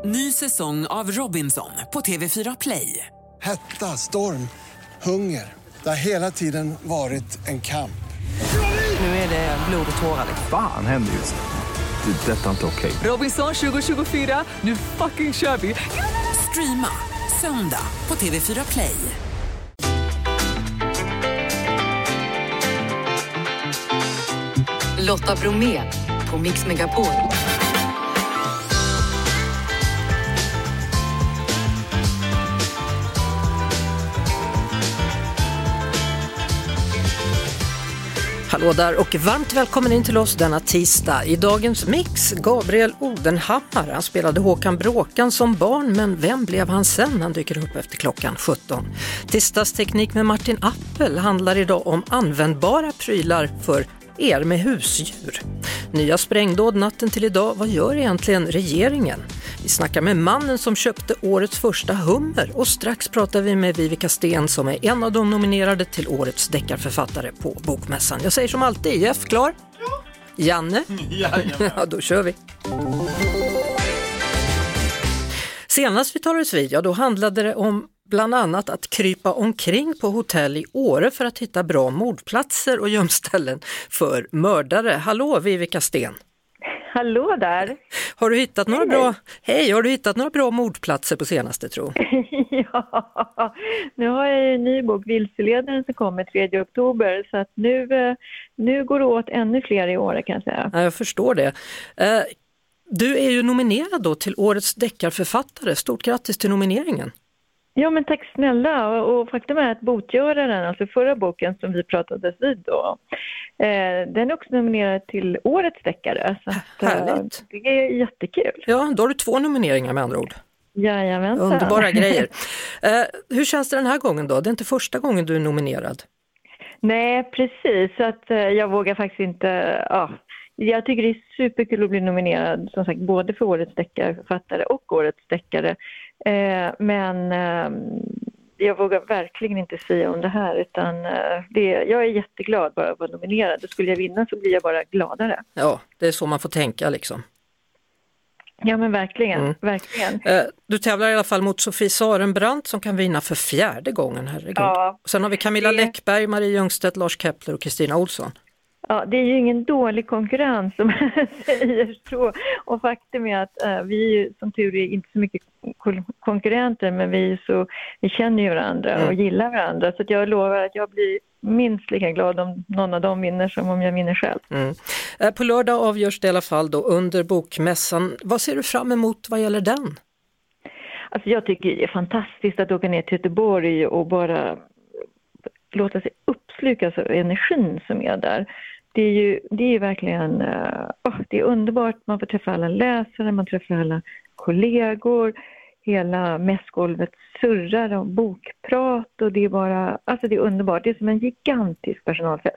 Ny säsong av Robinson på TV4 Play. Hetta, storm, hunger. Det har hela tiden varit en kamp. Nu är det blod och tårar. Fan händer just nu. Det. Detta är inte okej. Robinson 2024, nu fucking kör vi. Streama söndag på TV4 Play. Lotta Bromé på Mix Megapol. Hallå där och varmt välkommen in till oss denna tisdag. I dagens mix, Gabriel Odenhammar. Han spelade Håkan Bråkan som barn, men vem blev han sen? Han dyker upp efter klockan 17. Tisdagsteknik med Martin Appel handlar idag om användbara prylar för er med husdjur. Nya sprängdåd natten till idag. Vad gör egentligen regeringen? Vi snackar med mannen som köpte årets första hummer och strax pratar vi med Vivica Sten som är en av de nominerade till årets deckarförfattare på Bokmässan. Jag säger som alltid, Jeff, klar? Ja. Janne? Ja, då kör vi. Senast vi talades vid, då handlade det om bland annat att krypa omkring på hotell i Åre för att hitta bra mordplatser och gömställen för mördare. Hallå, Vivica Sten. Hallå där. Har du hittat några har du hittat några bra mordplatser på senaste, tro? Ja, nu har jag ju en ny bok, Vilseledaren, som kommer 3 oktober. Så att nu går det åt ännu fler i år, kan jag säga. Ja, jag förstår det. Du är ju nominerad då till årets deckarförfattare. Stort grattis till nomineringen. Ja, men tack snälla. Och faktum är att Botgöraren, alltså förra boken som vi pratade vid då, den är också nominerad till årets deckare. Så att, härligt. Det är jättekul. Ja, då har du 2 nomineringar med andra ord. Jajamensan. Underbara grejer. Hur känns det den här gången då? Det är inte första gången du är nominerad. Nej, precis. Så att jag vågar faktiskt inte... Jag tycker det är superkul att bli nominerad, som sagt, både för årets deckarförfattare och årets deckare. Men jag vågar verkligen inte säga om det här, utan jag är jätteglad bara att vara nominerad. Och skulle jag vinna så blir jag bara gladare. Ja, det är så man får tänka liksom. Ja, men verkligen, verkligen. Du tävlar i alla fall mot Sofie Sarenbrant som kan vinna för 4:e gången, herregud. Ja, sen har vi Camilla Läckberg, Marie Ljungstedt, Lars Kepler och Kristina Olsson. Ja, det är ju ingen dålig konkurrens som man säger så. Och faktum är att vi som tur är inte så mycket konkurrenter, men vi känner ju varandra och gillar varandra. Så att jag lovar att jag blir minst lika glad om någon av dem vinner som om jag vinner själv. På lördag avgörs det i alla fall då under Bokmässan. Vad ser du fram emot vad gäller den? Alltså jag tycker det är fantastiskt att åka ner till Göteborg och bara låta sig uppslukas av energin som är där. Det är ju verkligen det är underbart. Man får träffa alla läsare, man träffar alla kollegor. Hela mässgolvet surrar om bokprat och det är bara, alltså det är underbart. Det är som en gigantisk personalfest.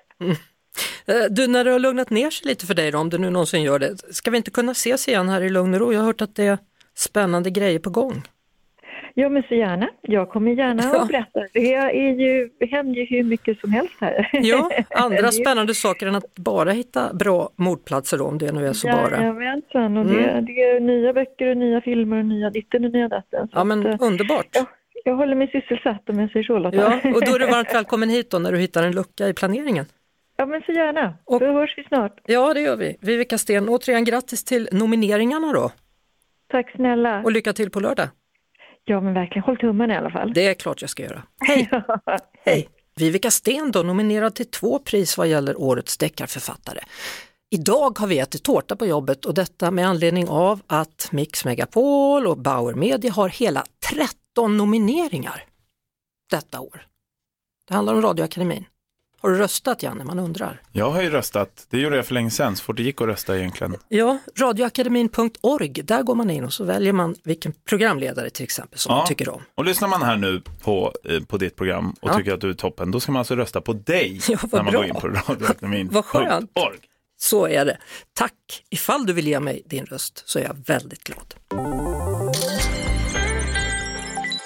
Du, när det har lugnat ner sig lite för dig då, om du nu någonsin gör det, ska vi inte kunna ses igen här i lugn och ro? Jag har hört att det är spännande grejer på gång. Ja, men så gärna. Jag kommer gärna och berätta. Det händer ju hur mycket som helst här. Ja, andra spännande saker än att bara hitta bra mordplatser då, om det nu är så bara. Jajamensan, och det är nya böcker och nya filmer och nya ditten och nya datten. Ja, men underbart. Jag håller mig sysselsatt om jag säger så, Lotta. Ja, och då är du varmt välkommen hit då när du hittar en lucka i planeringen. Ja, men så gärna. Då hörs vi snart. Ja, det gör vi. Vivica Sten, återigen grattis till nomineringarna då. Tack snälla. Och lycka till på lördag. Ja, men verkligen. Håll tummen i alla fall. Det är klart jag ska göra. Hej! Hej! Vivica Sten då, nominerad till 2 pris vad gäller årets deckarförfattare. Idag har vi ätit tårta på jobbet och detta med anledning av att Mix Megapol och Bauer Media har hela 13 nomineringar detta år. Det handlar om Radioakademin. Har du röstat, Janne? Man undrar. Jag har ju röstat. Det gjorde jag för länge sedan, så fort det gick att rösta egentligen. Ja, radioakademin.org. Där går man in och så väljer man vilken programledare till exempel som man tycker om. Och lyssnar man här nu på ditt program och tycker att du är toppen, då ska man alltså rösta på dig när man går in på radioakademin.org. Vad skönt. Så är det. Tack. Ifall du vill ge mig din röst så är jag väldigt glad.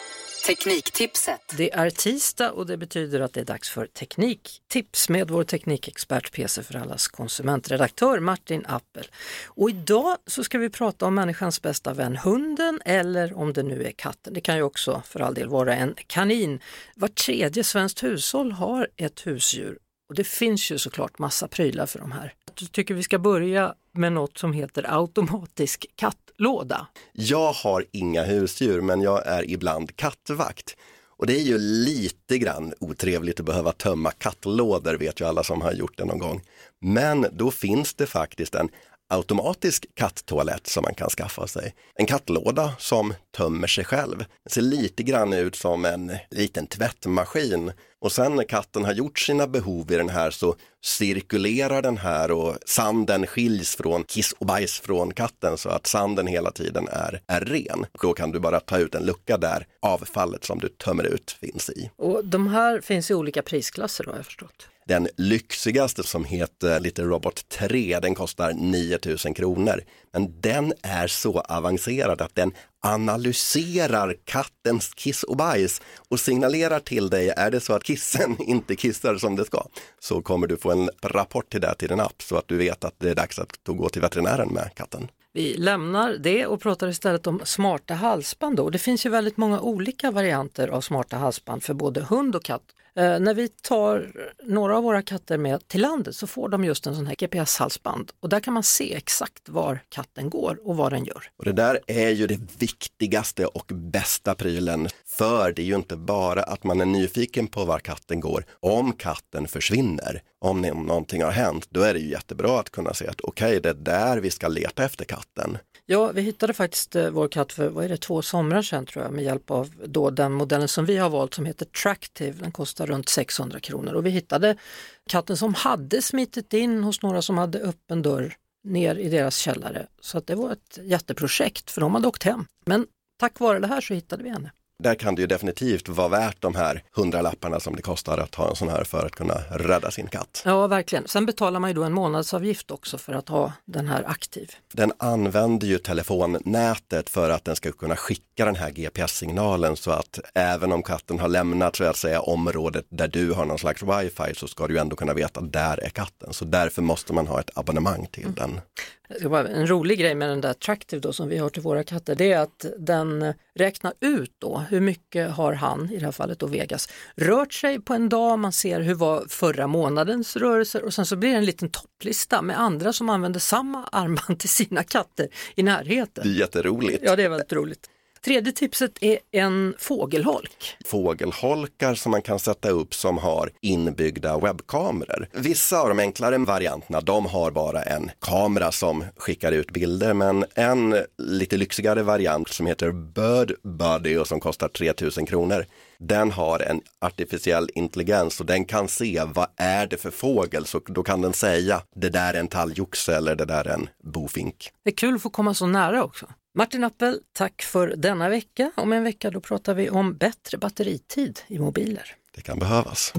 Tekniktipset. Det är tisdag och det betyder att det är dags för Tekniktips med vår teknikexpert PC för allas konsumentredaktör Martin Appel. Och idag så ska vi prata om människans bästa vän, hunden, eller om det nu är katten. Det kan ju också för all del vara en kanin. Var tredje svenskt hushåll har ett husdjur. Och det finns ju såklart massa prylar för de här. Jag tycker vi ska börja med något som heter automatisk kattlåda. Jag har inga husdjur, men jag är ibland kattvakt. Och det är ju lite grann otrevligt att behöva tömma kattlådor, vet ju alla som har gjort det någon gång. Men då finns det faktiskt en automatisk katttoalett som man kan skaffa sig. En kattlåda som tömmer sig själv. Det ser lite grann ut som en liten tvättmaskin. Och sen när katten har gjort sina behov i den här så cirkulerar den här och sanden skiljs från kiss och bajs från katten så att sanden hela tiden är ren. Då kan du bara ta ut en lucka där avfallet som du tömmer ut finns i. Och de här finns i olika prisklasser då, har jag förstått. Den lyxigaste som heter Little Robot 3, den kostar 9 000 kronor. Men den är så avancerad att den analyserar kattens kiss och bajs och signalerar till dig, är det så att kissen inte kissar som det ska, så kommer du få en rapport till det till din app så att du vet att det är dags att gå till veterinären med katten. Vi lämnar det och pratar istället om smarta halsband då. Det finns ju väldigt många olika varianter av smarta halsband för både hund och katt. När vi tar några av våra katter med till landet så får de just en sån här GPS-halsband. Och där kan man se exakt var katten går och vad den gör. Och det där är ju det viktigaste och bästa prylen. För det är ju inte bara att man är nyfiken på var katten går. Om katten försvinner, om någonting har hänt, då är det ju jättebra att kunna se att okej, det är där vi ska leta efter katten. Ja, vi hittade faktiskt vår katt för 2 somrar sedan tror jag med hjälp av då den modellen som vi har valt som heter Tractive. Den kostar runt 600 kronor och vi hittade katten som hade smitit in hos några som hade öppen dörr ner i deras källare. Så att det var ett jätteprojekt för de hade åkt hem. Men tack vare det här så hittade vi henne. Där kan det ju definitivt vara värt de här 100-lapparna som det kostar att ha en sån här för att kunna rädda sin katt. Ja, verkligen. Sen betalar man ju då en månadsavgift också för att ha den här aktiv. Den använder ju telefonnätet för att den ska kunna skicka den här GPS-signalen så att även om katten har lämnat så att säga området där du har någon slags wifi så ska du ändå kunna veta att där är katten. Så därför måste man ha ett abonnemang till den. En rolig grej med den där Tractive då som vi har till våra katter, det är att den räknar ut då hur mycket har han, i det här fallet då Vegas, rört sig på en dag. Man ser hur var förra månadens rörelser och sen så blir det en liten topplista med andra som använder samma armband till sina katter i närheten. Det är jätteroligt. Ja, det är väldigt roligt. Tredje tipset är en fågelholk. Fågelholkar som man kan sätta upp som har inbyggda webbkameror. Vissa av de enklare varianterna, de har bara en kamera som skickar ut bilder. Men en lite lyxigare variant som heter Bird Buddy och som kostar 3 000 kronor. Den har en artificiell intelligens och den kan se vad är det för fågel. Så då kan den säga det där är en talgoxe eller det där är en bofink. Det är kul att få komma så nära också. Martin Appel, tack för denna vecka. Om en vecka då pratar vi om bättre batteritid i mobiler. Det kan behövas.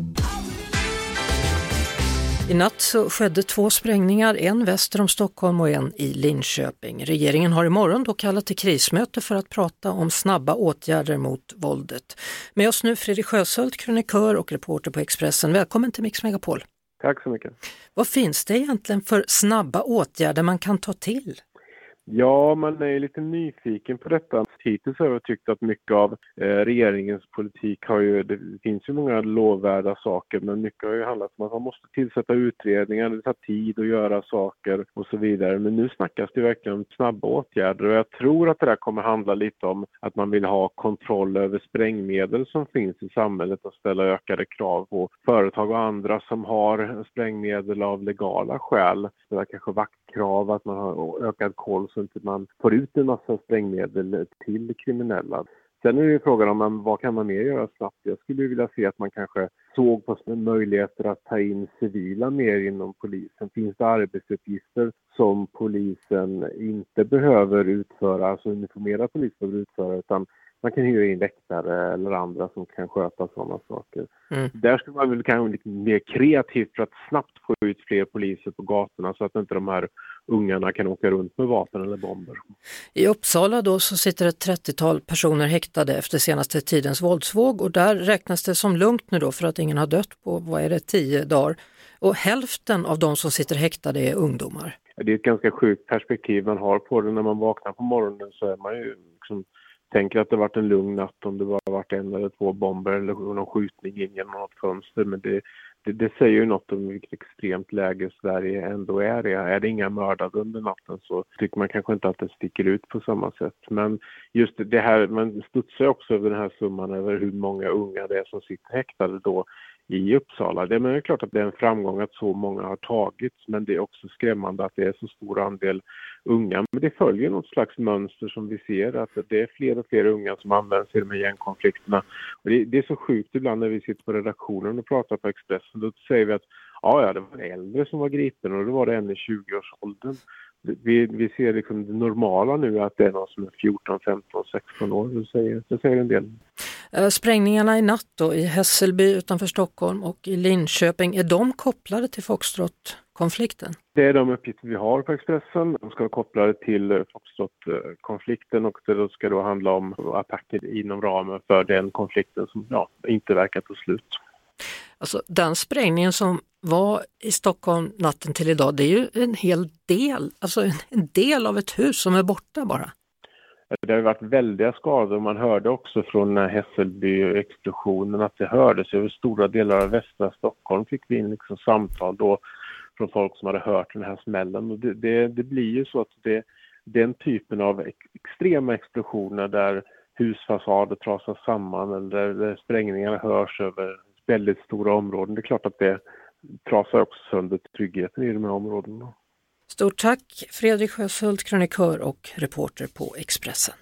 I natt så skedde 2 sprängningar, en väster om Stockholm och en i Linköping. Regeringen har imorgon då kallat till krismöte för att prata om snabba åtgärder mot våldet. Med oss nu Fredrik Sjöshult, krönikör och reporter på Expressen. Välkommen till Mix Megapol. Tack så mycket. Vad finns det egentligen för snabba åtgärder man kan ta till? Ja, man är lite nyfiken på detta. Hittills har jag tyckt att mycket av regeringens politik har ju, det finns ju många lovvärda saker, men mycket har ju handlat om att man måste tillsätta utredningar, det tar tid att göra saker och så vidare. Men nu snackas det verkligen om snabba åtgärder och jag tror att det där kommer handla lite om att man vill ha kontroll över sprängmedel som finns i samhället och ställa ökade krav på företag och andra som har sprängmedel av legala skäl. Det är kanske vaktkrav, att man har ökad koll så att man får ut en massa sprängmedel till kriminella. Sen är det ju frågan om vad kan man mer göra snabbt. Jag skulle vilja se att man kanske såg på möjligheter att ta in civila mer inom polisen. Finns det arbetsuppgifter som polisen inte behöver utföra, alltså uniformerade poliser behöver utföra, utan man kan hyra in väktare eller andra som kan sköta sådana saker. Där skulle man väl kanske lite mer kreativt för att snabbt få ut fler poliser på gatorna så att inte de här ungarna kan åka runt med vapen eller bomber. I Uppsala då så sitter ett 30-tal personer häktade efter senaste tidens våldsvåg och där räknas det som lugnt nu då för att ingen har dött på, 10 dagar. Och hälften av de som sitter häktade är ungdomar. Det är ett ganska sjukt perspektiv man har på det. När man vaknar på morgonen så är man ju liksom, tänker att det varit en lugn natt om det bara varit 1 eller 2 bomber eller någon skjutning in genom något fönster. Men det säger ju något om vilket extremt läge Sverige ändå är i. Är det inga mördade under natten så tycker man kanske inte att det sticker ut på samma sätt. Men just det här, man studsar också över den här summan över hur många unga det är som sitter häktade då i Uppsala. Det är klart att det är en framgång att så många har tagits, men det är också skrämmande att det är så stor andel unga. Men det följer något slags mönster som vi ser, att det är fler och fler unga som används i de här gängkonflikterna. Och det är så sjukt ibland när vi sitter på redaktionen och pratar på Expressen. Då säger vi att det var en äldre som var gripen och då var det en i 20-årsåldern. Vi ser liksom det normala nu att det är någon som är 14, 15, 16 år. Det säger en del. Sprängningarna i natt då, i Hässelby utanför Stockholm och i Linköping, är de kopplade till Foxtrot-konflikten? Det är de uppgifter vi har på Expressen. De ska vara kopplade till Foxtrot-konflikten och det ska då handla om attacker inom ramen för den konflikten som inte verkar ta slut. Alltså den sprängningen som var i Stockholm natten till idag, det är ju en hel del, alltså en del av ett hus som är borta bara. Det har varit väldiga skador. Man hörde också från Hässelby-explosionen att det hördes över stora delar av västra Stockholm. Fick vi in liksom samtal då från folk som hade hört den här smällen. Och det blir ju så att den typen av extrema explosioner där husfasader trasas samman eller där sprängningarna hörs över väldigt stora områden. Det är klart att det trasar också sönder tryggheten i de här områdena. Stort tack Fredrik Sjöshult, krönikör och reporter på Expressen.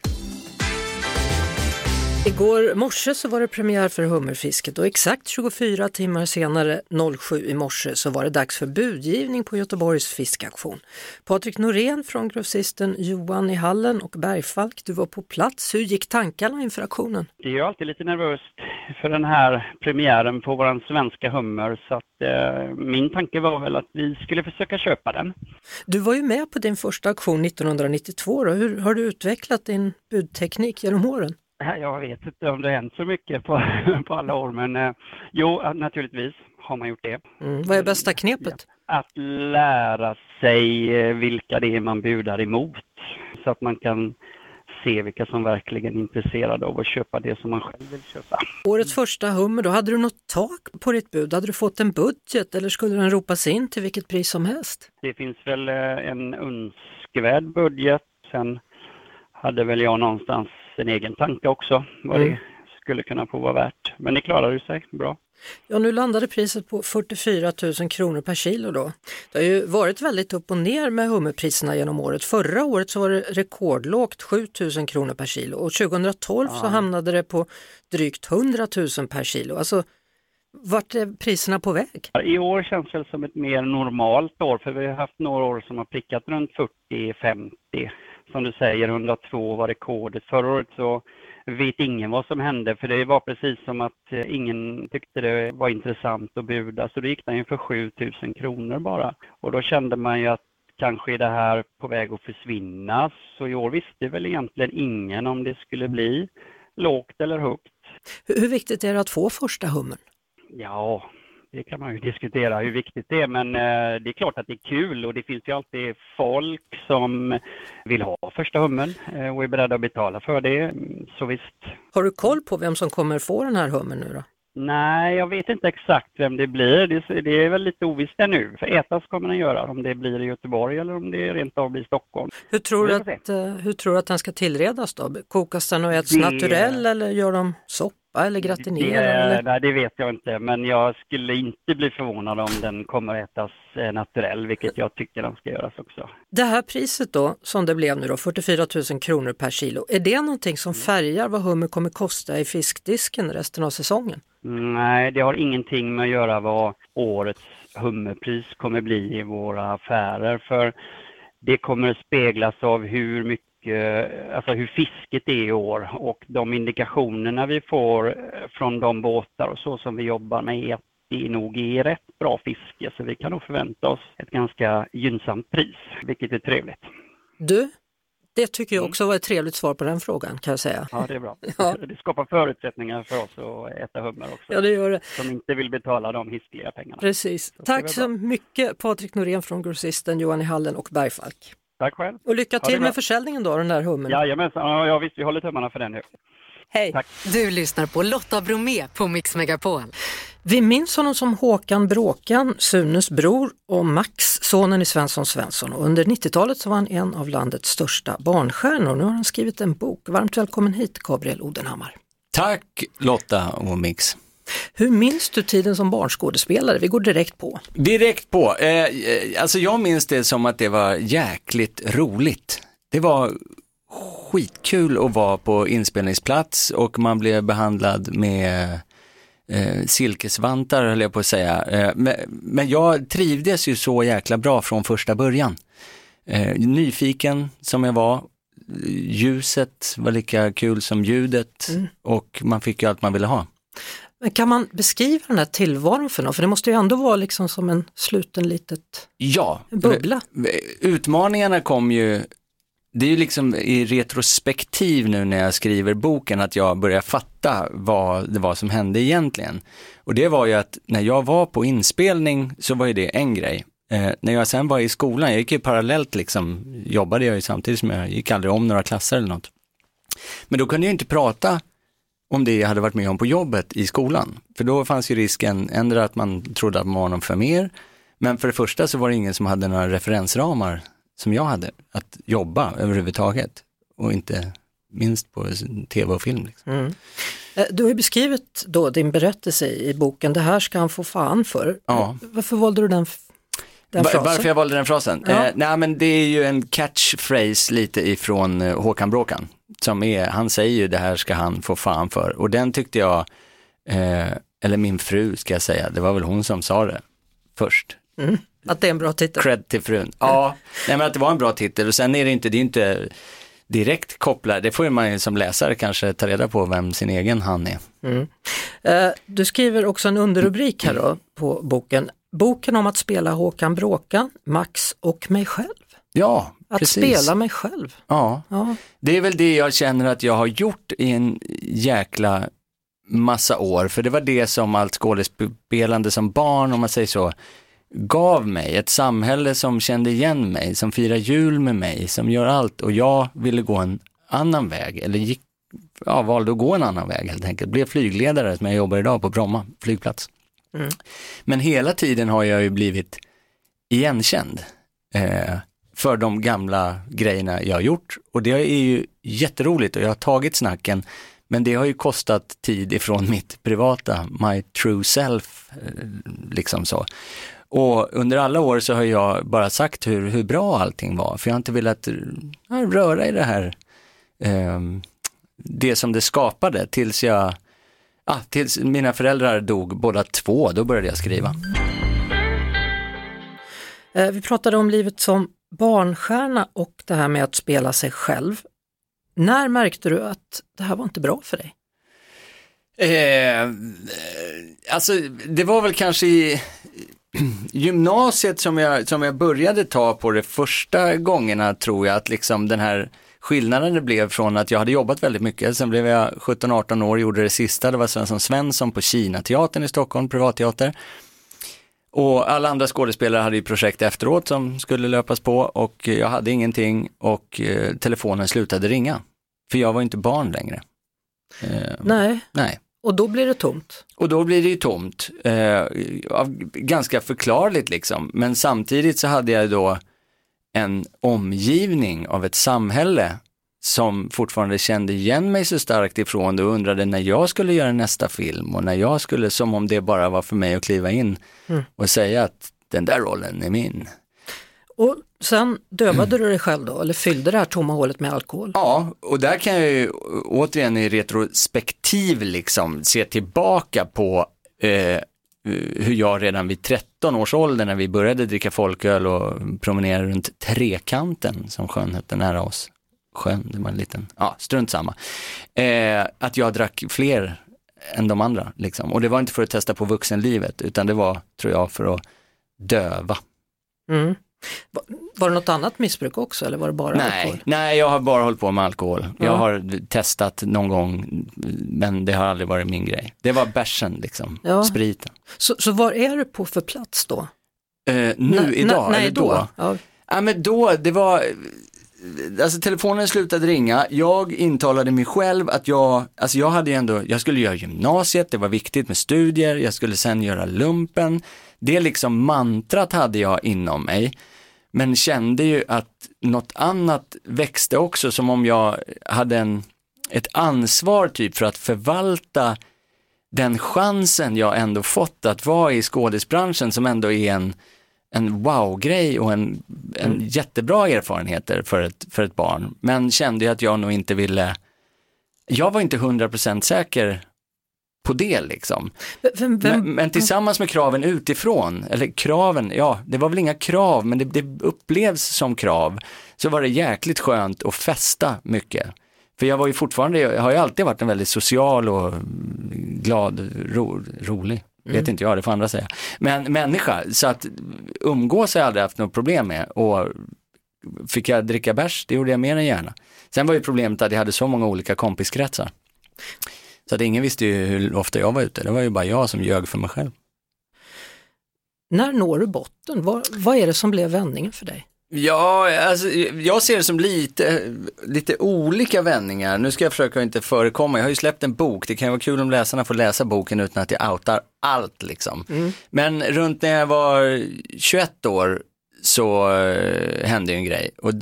Igår morse så var det premiär för hummerfisket och exakt 24 timmar senare, 07 i morse, så var det dags för budgivning på Göteborgs fiskaktion. Patrik Norén från grossisten Johan i Hallen och Bergfalk, du var på plats. Hur gick tankarna inför aktionen? Det är ju alltid lite nervöst för den här premiären på våran svenska hummer, så att min tanke var väl att vi skulle försöka köpa den. Du var ju med på din första aktion 1992 då. Hur har du utvecklat din budteknik genom åren? Jag vet inte om det har hänt så mycket på alla år, men jo, naturligtvis har man gjort det. Vad är bästa knepet? Att lära sig vilka det är man budar emot, så att man kan se vilka som verkligen är intresserade av att köpa det som man själv vill köpa. Årets första hummer, då hade du något tak på ditt bud? Hade du fått en budget eller skulle den ropas in till vilket pris som helst? Det finns väl en önskvärd budget. Sen hade väl jag någonstans en egen tanke också vad det skulle kunna få vara värt. Men det klarade sig bra. Ja, nu landade priset på 44 000 kronor per kilo då. Det har ju varit väldigt upp och ner med hummerpriserna genom året. Förra året så var det rekordlågt 7 000 kronor per kilo och 2012 så hamnade det på drygt 100 000 per kilo. Alltså, vart är priserna på väg? I år känns det som ett mer normalt år, för vi har haft några år som har prickat runt 40-50. Som du säger, 102 var rekordet. Förra året så vet ingen vad som hände, för det var precis som att ingen tyckte det var intressant att buda. Så det gick den ju för 7 000 kronor bara. Och då kände man ju att kanske är det här på väg att försvinna. Så i år visste väl egentligen ingen om det skulle bli lågt eller högt. Hur viktigt är det att få första hummern? Ja, det kan man ju diskutera hur viktigt det är, men det är klart att det är kul och det finns ju alltid folk som vill ha första hummen och är beredda att betala för det, så visst. Har du koll på vem som kommer få den här hummen nu då? Nej, jag vet inte exakt vem det blir. Det är väl lite ovisst nu. För ätas kommer den göra, om det blir i Göteborg eller om det rent av blir i Stockholm. Hur tror du att den ska tillredas då? Kokas den och äts naturell eller gör de soppa eller gratinerar? Nej, det vet jag inte. Men jag skulle inte bli förvånad om den kommer att ätas naturell, vilket jag tycker den ska göras också. Det här priset då, som det blev nu då, 44 000 kronor per kilo. Är det någonting som färgar vad hummer kommer kosta i fiskdisken resten av säsongen? Nej, det har ingenting med att göra vad årets hummerpris kommer bli i våra affärer. För det kommer speglas av hur mycket, alltså hur fisket är i år. Och de indikationerna vi får från de båtar och så som vi jobbar med är att det nog är rätt bra fiske, så vi kan nog förvänta oss ett ganska gynnsamt pris, vilket är trevligt. Du, det tycker jag också var ett trevligt svar på den frågan, kan jag säga. Ja, det är bra. Ja. Det skapar förutsättningar för oss att äta hummer också. Ja, det gör det. Som inte vill betala de hiskliga pengarna. Precis. Tack så mycket Patrik Norén från grossisten Johan i Hallen och Bergfalk. Tack själv. Och lycka till med försäljningen då, den där hummen. Jajamensan, ja visst, vi håller tummarna för den nu. Hej. Tack. Du lyssnar på Lotta Bromé på Mix Megapol. Vi minns honom som Håkan Bråkan, Sunes bror, och Max, sonen i Svensson. Och under 90-talet så var han en av landets största barnstjärnor. Nu har han skrivit en bok. Varmt välkommen hit, Gabriel Odenhammar. Tack Lotta och Mix. Hur minns du tiden som barnskådespelare? Vi går direkt på. Direkt på. Alltså jag minns det som att det var jäkligt roligt. Det var skitkul att vara på inspelningsplats och man blev behandlad med silkesvantar, höll jag på att säga. Men jag trivdes ju så jäkla bra från första början. Nyfiken som jag var. Ljuset var lika kul som ljudet och man fick ju allt man ville ha. Men kan man beskriva den här tillvaron för något? För det måste ju ändå vara liksom som en sluten litet bubbla. Utmaningarna kom ju, det är ju liksom i retrospektiv nu när jag skriver boken att jag börjar fatta vad det var som hände egentligen. Och det var ju att när jag var på inspelning så var ju det en grej. När jag sen var i skolan, jag gick ju parallellt liksom, jobbade jag ju samtidigt som jag gick aldrig om några klasser eller något. Men då kunde jag inte prata om det jag hade varit med om på jobbet i skolan. För då fanns ju risken ändå att man trodde att man var någon för mer. Men för det första så var det ingen som hade några referensramar som jag hade att jobba överhuvudtaget. Och inte minst på tv och film. Liksom. Du har ju beskrivit då din berättelse i boken. Det här ska han få fan för. Ja. Varför valde du den frasen? Varför jag valde den frasen? Ja. Nej men det är ju en catchphrase lite ifrån Håkan Bråkan. Han säger ju det här ska han få fan för. Och den tyckte jag, eller min fru ska jag säga, det var väl hon som sa det först. Att det är en bra titel. Cred till frun. Ja, nej men att det var en bra titel. Och sen är det är inte direkt kopplat. Det får man ju som läsare kanske ta reda på vem sin egen han är. Du skriver också en underrubrik här då på boken. Boken om att spela Håkan Bråkan, Max och mig själv. Ja, att precis. Spela mig själv. Ja, det är väl det jag känner att jag har gjort i en jäkla massa år. För det var det som allt skådespelande som barn, om man säger så, gav mig. Ett samhälle som kände igen mig, som firar jul med mig, som gör allt. Och jag ville gå en annan väg, eller valde att gå en annan väg helt enkelt. Blev flygledare som jag jobbar idag på Bromma flygplats. Men hela tiden har jag ju blivit igenkänd för de gamla grejerna jag har gjort. Och det är ju jätteroligt och jag har tagit snacken. Men det har ju kostat tid ifrån mitt privata, my true self, liksom så. Och under alla år så har jag bara sagt hur bra allting var. För jag har inte velat röra i det här, det som det skapade tills mina föräldrar dog båda två, då började jag skriva. Vi pratade om livet som barnstjärna och det här med att spela sig själv. När märkte du att det här var inte bra för dig? Alltså det var väl kanske i gymnasiet som jag började ta på det första gångerna, tror jag, att liksom den här skillnaden det blev från att jag hade jobbat väldigt mycket. Sen blev jag 17-18 år och gjorde det sista. Det var Svensson på Kina-teatern i Stockholm, privatteater. Och alla andra skådespelare hade ju projekt efteråt som skulle löpas på. Och jag hade ingenting och telefonen slutade ringa. För jag var inte barn längre. Nej. Och då blir det tomt. Och då blir det ju tomt. Ganska förklarligt liksom. Men samtidigt så hade jag då en omgivning av ett samhälle som fortfarande kände igen mig så starkt ifrån det och undrade när jag skulle göra nästa film och när jag skulle, som om det bara var för mig att kliva in och säga att den där rollen är min. Och sen dövade du dig själv då, eller fyllde det här tomma hålet med alkohol? Ja, och där kan jag ju återigen i retrospektiv liksom se tillbaka på hur jag redan vid 13 års ålder när vi började dricka folköl och promenera runt Trekanten som sjön hette nära oss. Sjön, det var en liten, strunt samma. Att jag drack fler än de andra. Liksom. Och det var inte för att testa på vuxenlivet, utan det var, tror jag, för att döva. Mm. Var det något annat missbruk också, eller var det bara alkohol? Nej, jag har bara hållit på med alkohol. Ja. Jag har testat någon gång, men det har aldrig varit min grej. Det var bärsen, liksom, spriten. Så var är du på för plats då? Idag? Nej, eller då? Ja, men då, det var... Alltså telefonen slutade ringa. Jag intalade mig själv att jag hade ändå, jag skulle göra gymnasiet, det var viktigt med studier, jag skulle sen göra lumpen. Det liksom mantrat hade jag inom mig. Men kände ju att något annat växte också, som om jag hade ett ansvar typ för att förvalta den chansen jag ändå fått att vara i skådisbranschen, som ändå är en wow-grej och en jättebra erfarenheter för ett barn. Men kände jag att jag nog inte ville, jag var inte 100% säker på det liksom. Men tillsammans med kraven utifrån, eller kraven, det var väl inga krav, men det upplevs som krav, så var det jäkligt skönt att festa mycket. För jag var ju fortfarande, jag har ju alltid varit en väldigt social och glad, rolig. Vet inte jag, det får andra säga. Men människa, så att umgås har jag aldrig haft något problem med. Och fick jag dricka bärs, det gjorde jag mer än gärna. Sen var ju problemet att jag hade så många olika kompiskretsar. Så att ingen visste ju hur ofta jag var ute. Det var ju bara jag som ljög för mig själv. När når du botten? Vad är det som blev vändningen för dig? Ja, alltså, jag ser det som lite olika vändningar. Nu ska jag försöka inte förekomma. Jag har ju släppt en bok. Det kan ju vara kul om läsarna får läsa boken utan att jag outar allt liksom. Men runt när jag var 21 år så hände ju en grej. Och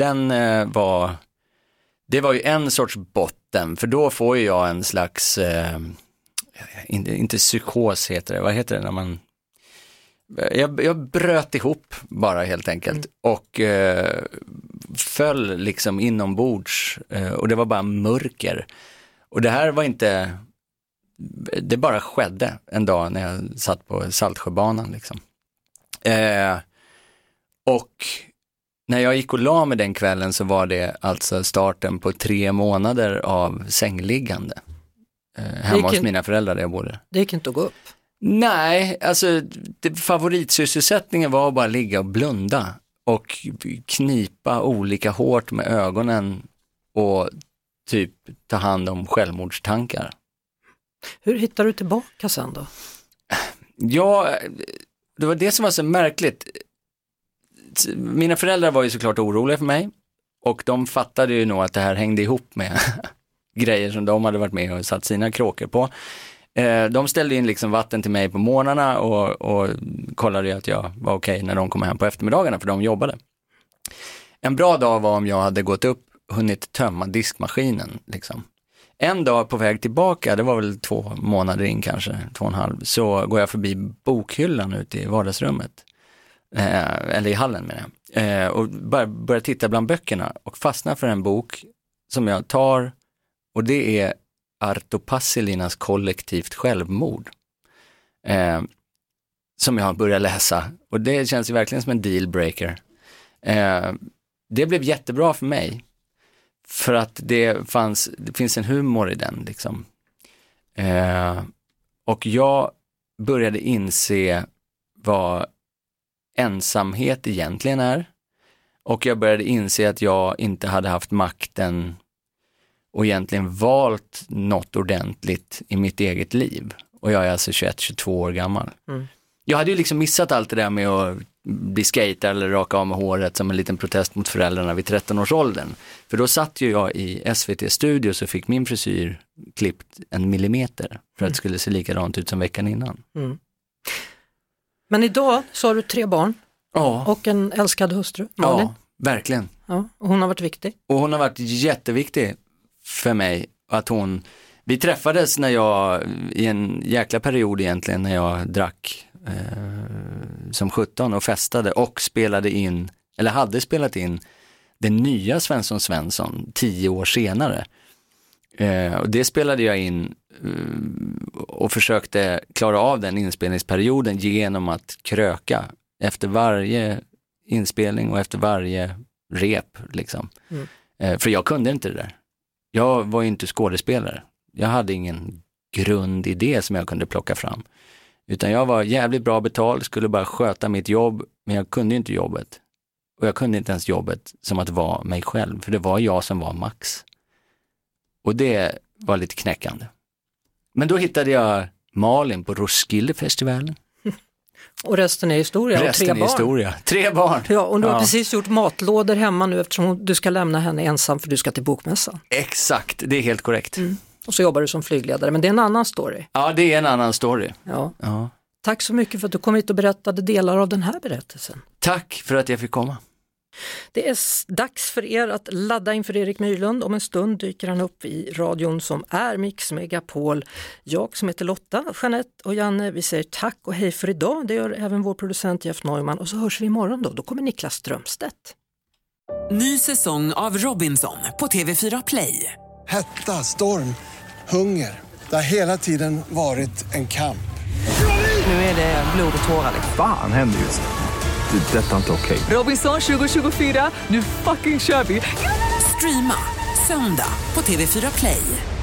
det var ju en sorts botten. För då får ju jag en slags, inte psykos heter det. Vad heter det när man... Jag bröt ihop bara helt enkelt och föll liksom inombords och det var bara mörker. Och det här var inte, det bara skedde en dag när jag satt på Saltsjöbanan liksom. Och när jag gick och la med den kvällen så var det alltså starten på 3 månader av sängliggande hemma hos mina föräldrar där jag bodde. Det gick inte att gå upp? Nej, alltså favoritsysselsättningen var att bara ligga och blunda och knipa olika hårt med ögonen och typ ta hand om självmordstankar. Hur hittar du tillbaka sen då? Ja, det var det som var så märkligt. Mina föräldrar var ju såklart oroliga för mig och de fattade ju nog att det här hängde ihop med grejer som de hade varit med och satt sina kråkor på. De ställde in liksom vatten till mig på morgnarna och kollade att jag var okej när de kom hem på eftermiddagarna, för de jobbade. En bra dag var om jag hade gått upp, hunnit tömma diskmaskinen liksom. En dag på väg tillbaka, det var väl 2 månader in kanske, 2,5, så går jag förbi bokhyllan ute i vardagsrummet. Eller i hallen med det. Och börjar titta bland böckerna och fastnar för en bok som jag tar, och det är Arto Passilinas Kollektivt självmord. Som jag börjar läsa. Och det känns ju verkligen som en dealbreaker. Det blev jättebra för mig. För att det finns en humor i den liksom. Och jag började inse vad ensamhet egentligen är. Och jag började inse att jag inte hade haft makten och egentligen valt något ordentligt i mitt eget liv. Och jag är alltså 21-22 år gammal. Jag hade ju liksom missat allt det där med att bli skater eller raka av med håret som en liten protest mot föräldrarna vid 13-årsåldern. För då satt ju jag i SVT-studio och fick min frisyr klippt 1 millimeter för att det skulle se likadant ut som veckan innan. Men idag så har du 3 barn och en älskad hustru, Malin. Ja, verkligen. Ja, och hon har varit viktig. Och hon har varit jätteviktig för mig. Att vi träffades i en jäkla period egentligen när jag drack som 17 och festade och spelade in, eller hade spelat in den nya Svensson 10 år senare. Och det spelade jag in och försökte klara av den inspelningsperioden genom att kröka efter varje inspelning och efter varje rep liksom. För jag kunde inte det där. Jag var ju inte skådespelare. Jag hade ingen grundidé som jag kunde plocka fram. Utan jag var jävligt bra betald, skulle bara sköta mitt jobb, men jag kunde inte jobbet. Och jag kunde inte ens jobbet som att vara mig själv, för det var jag som var Max. Och det var lite knäckande. Men då hittade jag Malin på Roskildefestivalen. Och resten är historia. Resten är historia. 3 barn. Ja, och du har precis gjort matlådor hemma nu eftersom du ska lämna henne ensam för du ska till bokmässan. Exakt, det är helt korrekt. Och så jobbar du som flygledare, men det är en annan story. Ja, det är en annan story. Ja. Tack så mycket för att du kom hit och berättade delar av den här berättelsen. Tack för att jag fick komma. Det är dags för er att ladda inför Erik Myrlund. Om en stund dyker han upp i radion som är Mix Megapol. Jag som heter Lotta, Jeanette och Janne, vi säger tack och hej för idag. Det gör även vår producent Jeff Neumann. Och så hörs vi imorgon då. Då kommer Niklas Strömstedt. Ny säsong av Robinson på TV4 Play. Hetta, storm, hunger. Det har hela tiden varit en kamp. Nu är det blod och tårar. Fan händer just det. Detta är inte okej. Robinson 2024, nu fucking kör vi. Streama söndag på TV4 Play.